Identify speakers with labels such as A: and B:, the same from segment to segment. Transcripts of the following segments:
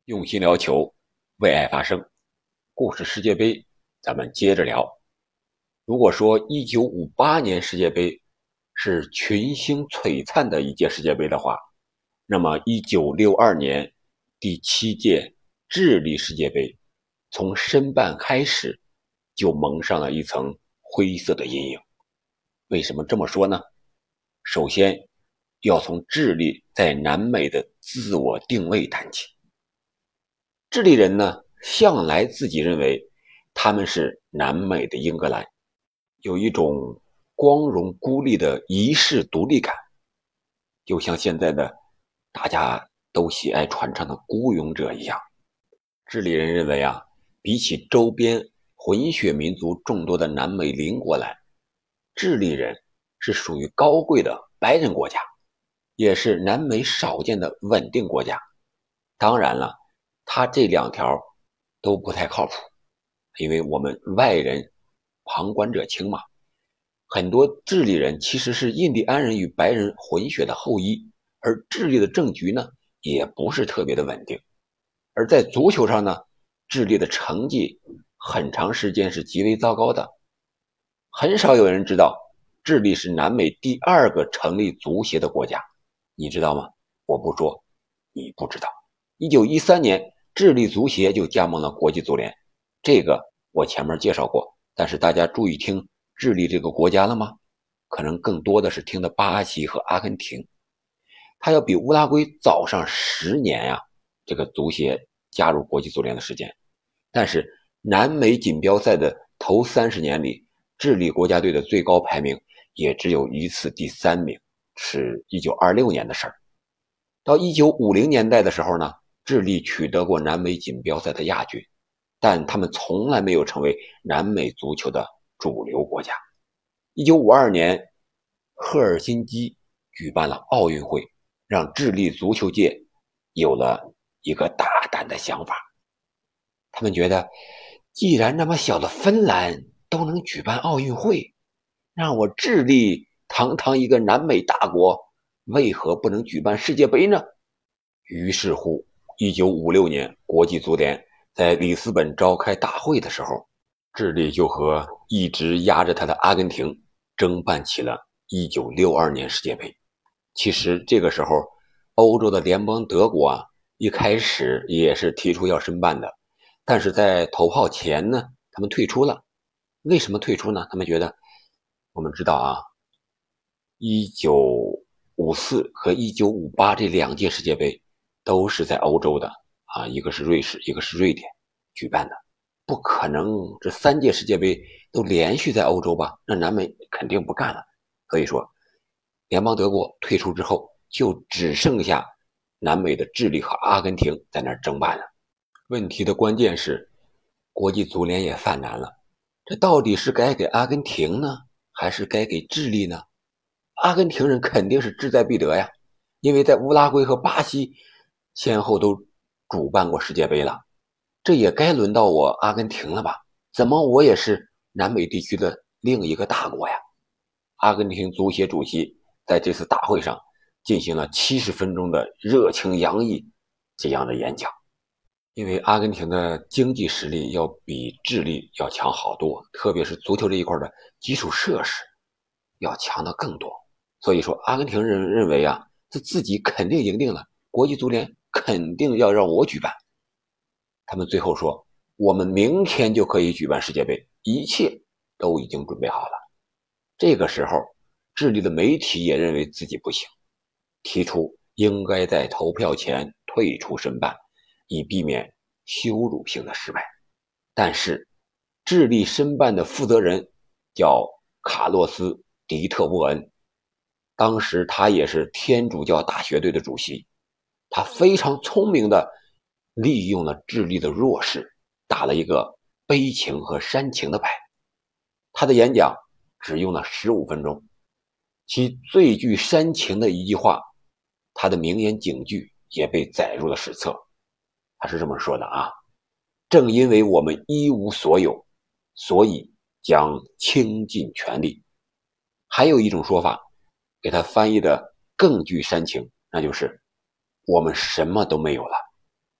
A: 用心聊球，为爱发声。故事世界杯，咱们接着聊。如果说1958年世界杯是群星璀璨的一届世界杯的话，那么1962年第7届智利世界杯从申办开始就蒙上了一层灰色的阴影。为什么这么说呢？首先要从智利在南美的自我定位谈起。智利人呢，向来自己认为他们是南美的英格兰，有一种光荣孤立的遗世独立感，就像现在的大家都喜爱传唱的孤勇者一样。智利人认为啊，比起周边混血民族众多的南美邻国来，智利人是属于高贵的白人国家，也是南美少见的稳定国家。当然了，他这两条都不太靠谱，因为我们外人旁观者清嘛。很多智利人其实是印第安人与白人混血的后裔，而智利的政局呢，也不是特别的稳定。而在足球上呢，智利的成绩很长时间是极为糟糕的。很少有人知道，智利是南美第2个成立足协的国家，你知道吗？我不说，你不知道。1913年，智利足协就加盟了国际足联，这个我前面介绍过，但是大家注意听智利这个国家了吗？可能更多的是听的巴西和阿根廷，它要比乌拉圭早上10年呀，这个足协加入国际足联的时间。但是南美锦标赛的头30年里，智利国家队的最高排名也只有一次第3名，是1926年的事儿。到1950年代的时候呢，智利取得过南美锦标赛的亚军，但他们从来没有成为南美足球的主流国家。1952年，赫尔辛基举办了奥运会，让智利足球界有了一个大胆的想法。他们觉得，既然那么小的芬兰都能举办奥运会，让我智利堂堂一个南美大国，为何不能举办世界杯呢？于是乎，1956年国际足联在里斯本召开大会的时候，智利就和一直压着他的阿根廷争办起了1962年世界杯。其实这个时候，欧洲的联邦德国啊，一开始也是提出要申办的，但是在投票前呢，他们退出了。为什么退出呢？他们觉得，我们知道啊，1954和1958这2届世界杯都是在欧洲的啊，一个是瑞士，一个是瑞典举办的，不可能这3届世界杯都连续在欧洲吧？那南美肯定不干了。所以说，联邦德国退出之后，就只剩下南美的智利和阿根廷在那儿争办了。问题的关键是，国际足联也犯难了，这到底是该给阿根廷呢，还是该给智利呢？阿根廷人肯定是志在必得呀，因为在乌拉圭和巴西先后都主办过世界杯了，这也该轮到我阿根廷了吧？怎么我也是南美地区的另一个大国呀？阿根廷足协主席在这次大会上进行了70分钟的热情洋溢这样的演讲。因为阿根廷的经济实力要比智利要强好多，特别是足球这一块的基础设施要强的更多。所以说，阿根廷人认为啊，自己肯定赢定了，国际足联肯定要让我举办。他们最后说，我们明天就可以举办世界杯，一切都已经准备好了。这个时候，智利的媒体也认为自己不行，提出应该在投票前退出申办，以避免羞辱性的失败。但是智利申办的负责人叫卡洛斯·迪特沃恩，当时他也是天主教大学队的主席，他非常聪明的利用了智利的弱势，打了一个悲情和煽情的牌。他的演讲只用了15分钟，其最具煽情的一句话，他的名言警句也被载入了史册。他是这么说的啊，正因为我们一无所有，所以将倾尽全力。还有一种说法，给他翻译的更具煽情，那就是我们什么都没有了，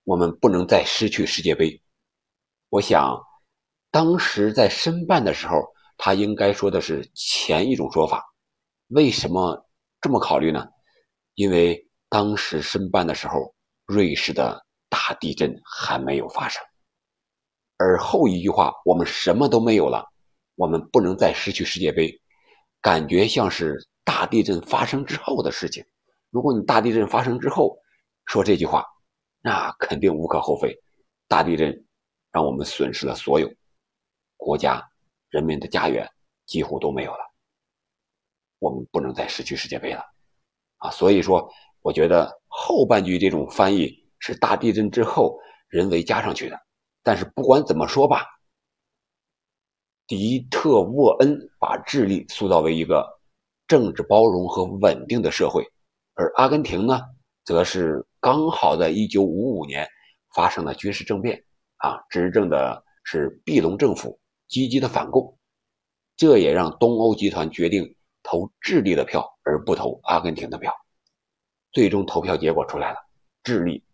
A: 我们不能再失去世界杯。我想当时在申办的时候，他应该说的是前一种说法。为什么这么考虑呢？因为当时申办的时候，瑞士的大地震还没有发生。而后一句话，我们什么都没有了，我们不能再失去世界杯，感觉像是大地震发生之后的事情。如果你大地震发生之后说这句话，那肯定无可厚非。大地震让我们损失了所有，国家人民的家园几乎都没有了，我们不能再失去世界杯了啊！所以说，我觉得后半句这种翻译是大地震之后人为加上去的。但是不管怎么说吧，迪特沃恩把智利塑造为一个政治包容和稳定的社会，而阿根廷呢，则是刚好在1955年发生了军事政变啊，执政的是庇隆政府，积极的反共，这也让东欧集团决定投智利的票而不投阿根廷的票。最终投票结果出来了，智利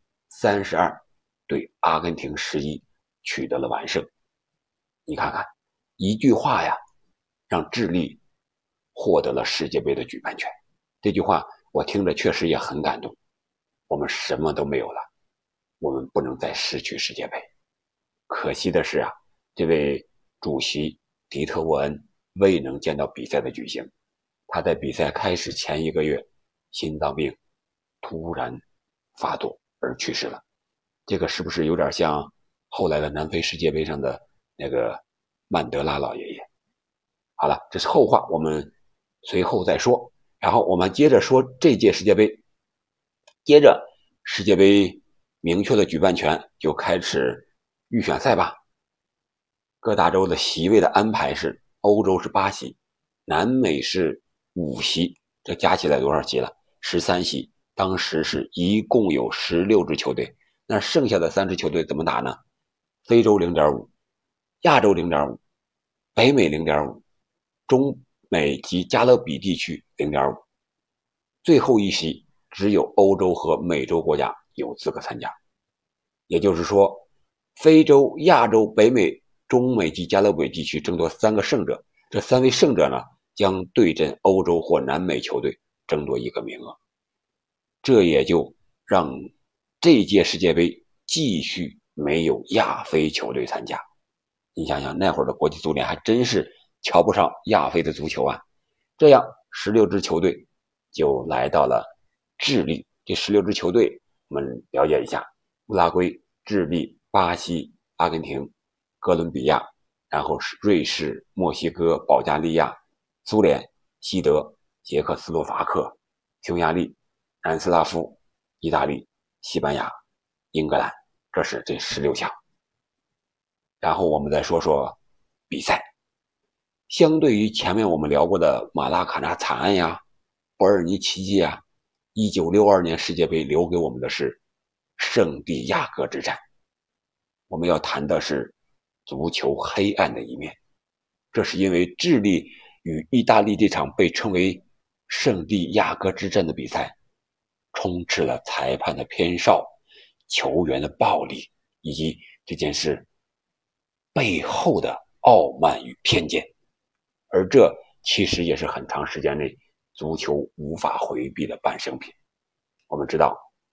A: 32对阿根廷11取得了完胜。你看看，一句话呀，让智利获得了世界杯的举办权。这句话我听着确实也很感动。我们什么都没有了，我们不能再失去世界杯。可惜的是啊，这位主席迪特沃恩未能见到比赛的举行。他在比赛开始前1个月，心脏病突然发作而去世了。这个是不是有点像后来的南非世界杯上的那个曼德拉老爷爷？好了，这是后话，我们随后再说。然后我们接着说这届世界杯。接着世界杯明确的举办权，就开始预选赛吧。各大洲的席位的安排是：欧洲是8席，南美是5席，这加起来多少席了？13席。当时是一共有16支球队，那剩下的3支球队怎么打呢？非洲 0.5， 亚洲 0.5， 北美 0.5， 中美及加勒比地区 0.5， 最后一席只有欧洲和美洲国家有资格参加。也就是说，非洲、亚洲、北美、中美及加勒比地区争夺3个胜者，这3位胜者呢，将对阵欧洲或南美球队，争夺1个名额。这也就让这届世界杯继续没有亚非球队参加。你想想，那会儿的国际足联还真是瞧不上亚非的足球啊。这样16支球队就来到了智利。这16支球队我们了解一下：乌拉圭、智利、巴西、阿根廷、哥伦比亚，然后是瑞士、墨西哥、保加利亚、苏联、西德、捷克斯洛伐克、匈牙利、南斯拉夫、意大利、西班牙、英格兰，这是这16强。然后我们再说说比赛。相对于前面我们聊过的马拉卡纳惨案呀、伯尔尼奇迹啊，1962年世界杯留给我们的是圣地亚哥之战。我们要谈的是足球黑暗的一面。这是因为智利与意大利这场被称为圣地亚哥之战的比赛，充斥了裁判的偏少、球员的暴力，以及这件事背后的傲慢与偏见。而这其实也是很长时间内足球无法回避的半生品。我们知道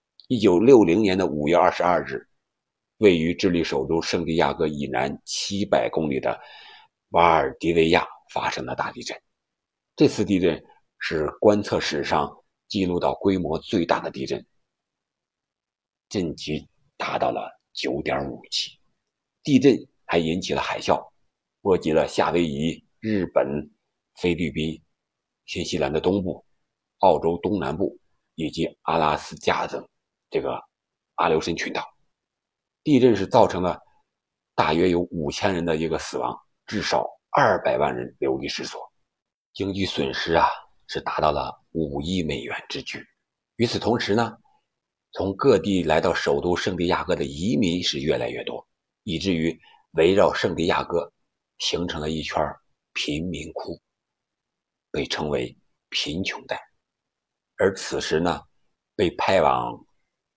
A: 1960年的5月22日，位于智利首都圣地亚哥以南700公里的瓦尔迪维亚发生了大地震。这次地震是观测史上记录到规模最大的地震，震级达到了 9.5 级。地震还引起了海啸，波及了夏威夷、日本、菲律宾、新西兰的东部、澳洲东南部以及阿拉斯加的这个阿留申群岛。地震是造成了大约有5000人的一个死亡，至少200万人流离失所，经济损失啊是达到了5亿美元之巨。与此同时呢，从各地来到首都圣地亚哥的移民是越来越多，以至于围绕圣地亚哥形成了一圈贫民窟，被称为贫穷带。而此时呢，被派往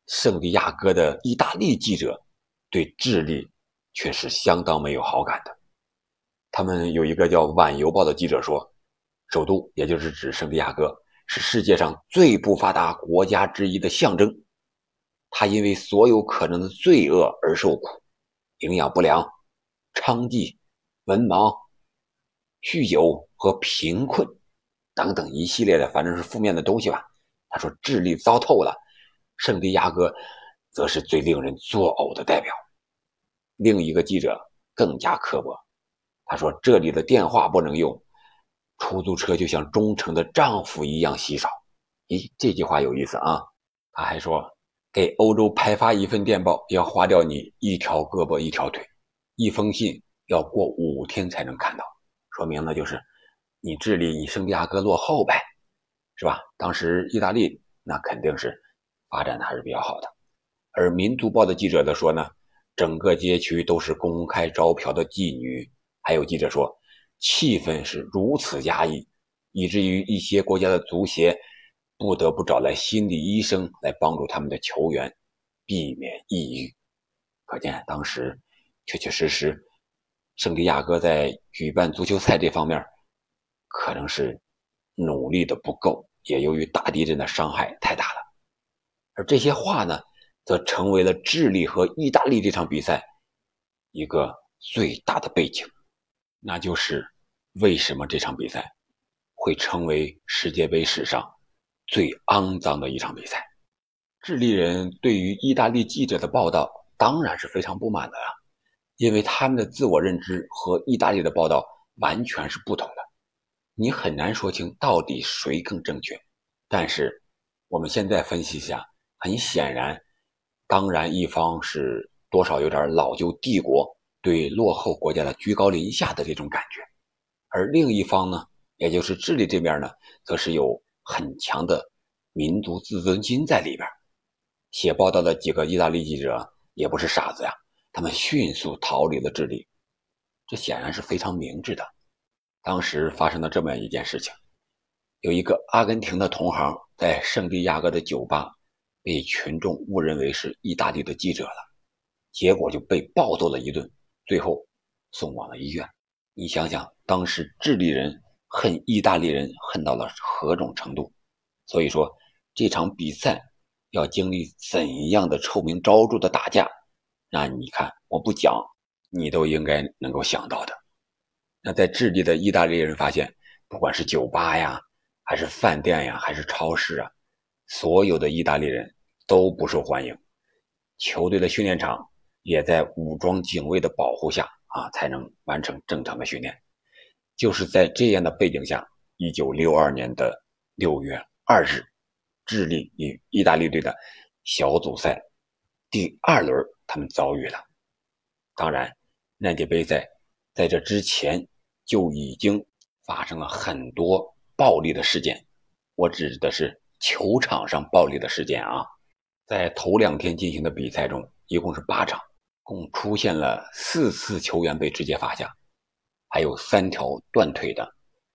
A: 圣地亚哥的意大利记者对智利却是相当没有好感的。他们有一个叫《晚邮报》的记者说，首都也就是指圣地亚哥是世界上最不发达国家之一的象征，它因为所有可能的罪恶而受苦，营养不良、娼妓、文盲、酗酒和贫困等等一系列的反正是负面的东西吧。他说智利糟透了，圣地亚哥则是最令人作呕的代表。另一个记者更加刻薄，他说这里的电话不能用，出租车就像忠诚的丈夫一样稀少。咦，这句话有意思啊。他还说给欧洲派发一份电报要花掉你一条胳膊一条腿，一封信要过5天才能看到，说明呢就是你智利你圣地亚哥落后呗，是吧？当时意大利那肯定是发展的还是比较好的。而民族报的记者的说呢，整个街区都是公开招嫖的妓女，还有记者说气氛是如此压抑，以至于一些国家的足协不得不找来心理医生来帮助他们的球员避免抑郁。可见当时确确实实圣地亚哥在举办足球赛这方面可能是努力的不够，也由于大地震的伤害太大了。而这些话呢，则成为了智利和意大利这场比赛一个最大的背景，那就是为什么这场比赛会成为世界杯史上最肮脏的一场比赛。智利人对于意大利记者的报道当然是非常不满的啊，因为他们的自我认知和意大利的报道完全是不同的，你很难说清到底谁更正确。但是我们现在分析一下，很显然，当然一方是多少有点老旧帝国对落后国家的居高临下的这种感觉，而另一方呢，也就是智利这边呢，则是有很强的民族自尊心在里边。写报道的几个意大利记者也不是傻子呀，他们迅速逃离了智利，这显然是非常明智的。当时发生了这么一件事情，有一个阿根廷的同行在圣地亚哥的酒吧被群众误认为是意大利的记者了，结果就被暴揍了一顿，最后送往了医院。你想想，当时智利人恨意大利人恨到了何种程度？所以说这场比赛要经历怎样的臭名昭著的打架，那你看我不讲你都应该能够想到的。那在智利的意大利人发现，不管是酒吧呀还是饭店呀还是超市啊，所有的意大利人都不受欢迎，球队的训练场也在武装警卫的保护下才能完成正常的训练。就是在这样的背景下，1962年的6月2日，智利与意大利队的小组赛第2轮他们遭遇了。当然那届杯赛在这之前就已经发生了很多暴力的事件，我指的是球场上暴力的事件啊。在头2天进行的比赛中，一共是8场，共出现了4次球员被直接罚下，还有3条断腿的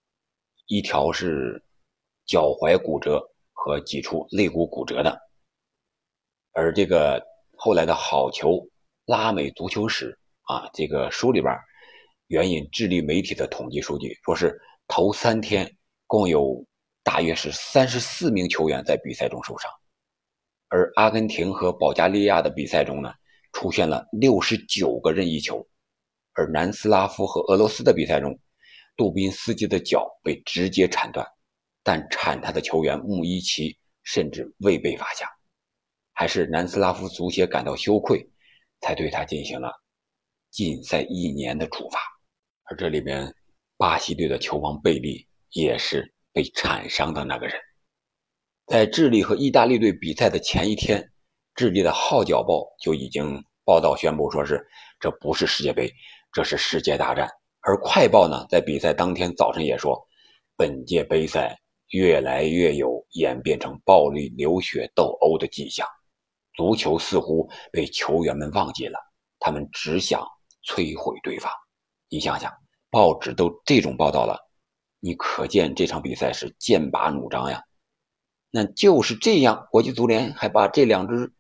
A: ，1条是脚踝骨折和几处肋骨骨折的。而这个后来的好球拉美足球史这个书里边援引智利媒体的统计数据，说是头3天共有大约是34名球员在比赛中受伤。而阿根廷和保加利亚的比赛中呢，出现了69个任意球。而南斯拉夫和俄罗斯的比赛中，杜宾斯基的脚被直接铲断，但铲他的球员穆伊奇甚至未被罚下，还是南斯拉夫足协感到羞愧，才对他进行了禁赛1年的处罚。而这里面巴西队的球王贝利也是被铲伤的那个人。在智利和意大利队比赛的前一天，智利的《号角报》就已经报道宣布说是这不是世界杯，这是世界大战。而快报呢，在比赛当天早晨也说，本届杯赛越来越有演变成暴力流血斗殴的迹象，足球似乎被球员们忘记了，他们只想摧毁对方。你想想，报纸都这种报道了，你可见这场比赛是剑拔弩张呀。那就是这样，国际足联还把这2支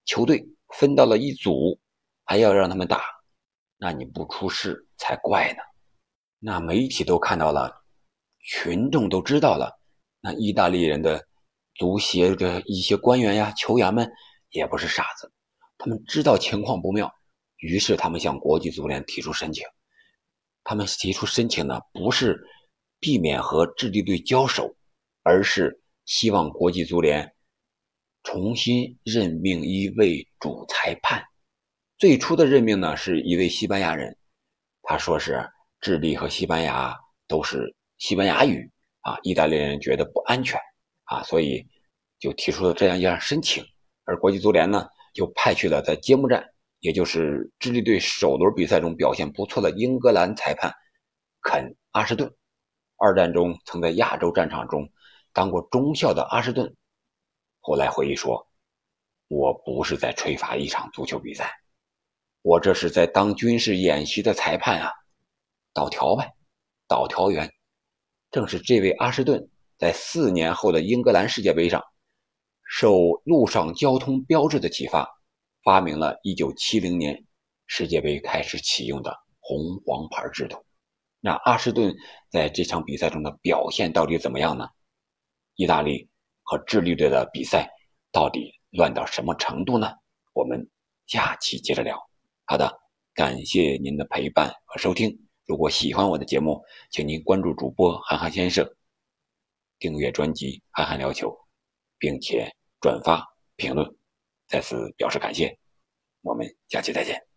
A: 球队分到了一组，还要让他们打，那你不出事才怪呢。那媒体都看到了，群众都知道了，那意大利人的足协的一些官员呀、球员们也不是傻子，他们知道情况不妙，于是他们向国际足联提出申请。他们提出申请呢，不是避免和智利队交手，而是希望国际足联重新任命一位主裁判。最初的任命呢是一位西班牙人，他说是智利和西班牙都是西班牙语啊，意大利人觉得不安全啊，所以就提出了这样一项申请。而国际足联呢，又派去了在揭幕战，也就是智利队首轮比赛中表现不错的英格兰裁判肯阿什顿。二战中曾在亚洲战场中当过中校的阿什顿，后来回忆说：“我不是在吹罚一场足球比赛，我这是在当军事演习的裁判啊，导条呗，导条员。”正是这位阿什顿在4年后的英格兰世界杯上，受陆上交通标志的启发，发明了1970年世界杯开始启用的红黄牌制度。那阿什顿在这场比赛中的表现到底怎么样呢？意大利和智利队的比赛到底乱到什么程度呢？我们下期接着聊。好的，感谢您的陪伴和收听。如果喜欢我的节目，请您关注主播憨憨先生，订阅专辑憨憨聊球，并且转发评论，再次表示感谢。我们下期再见。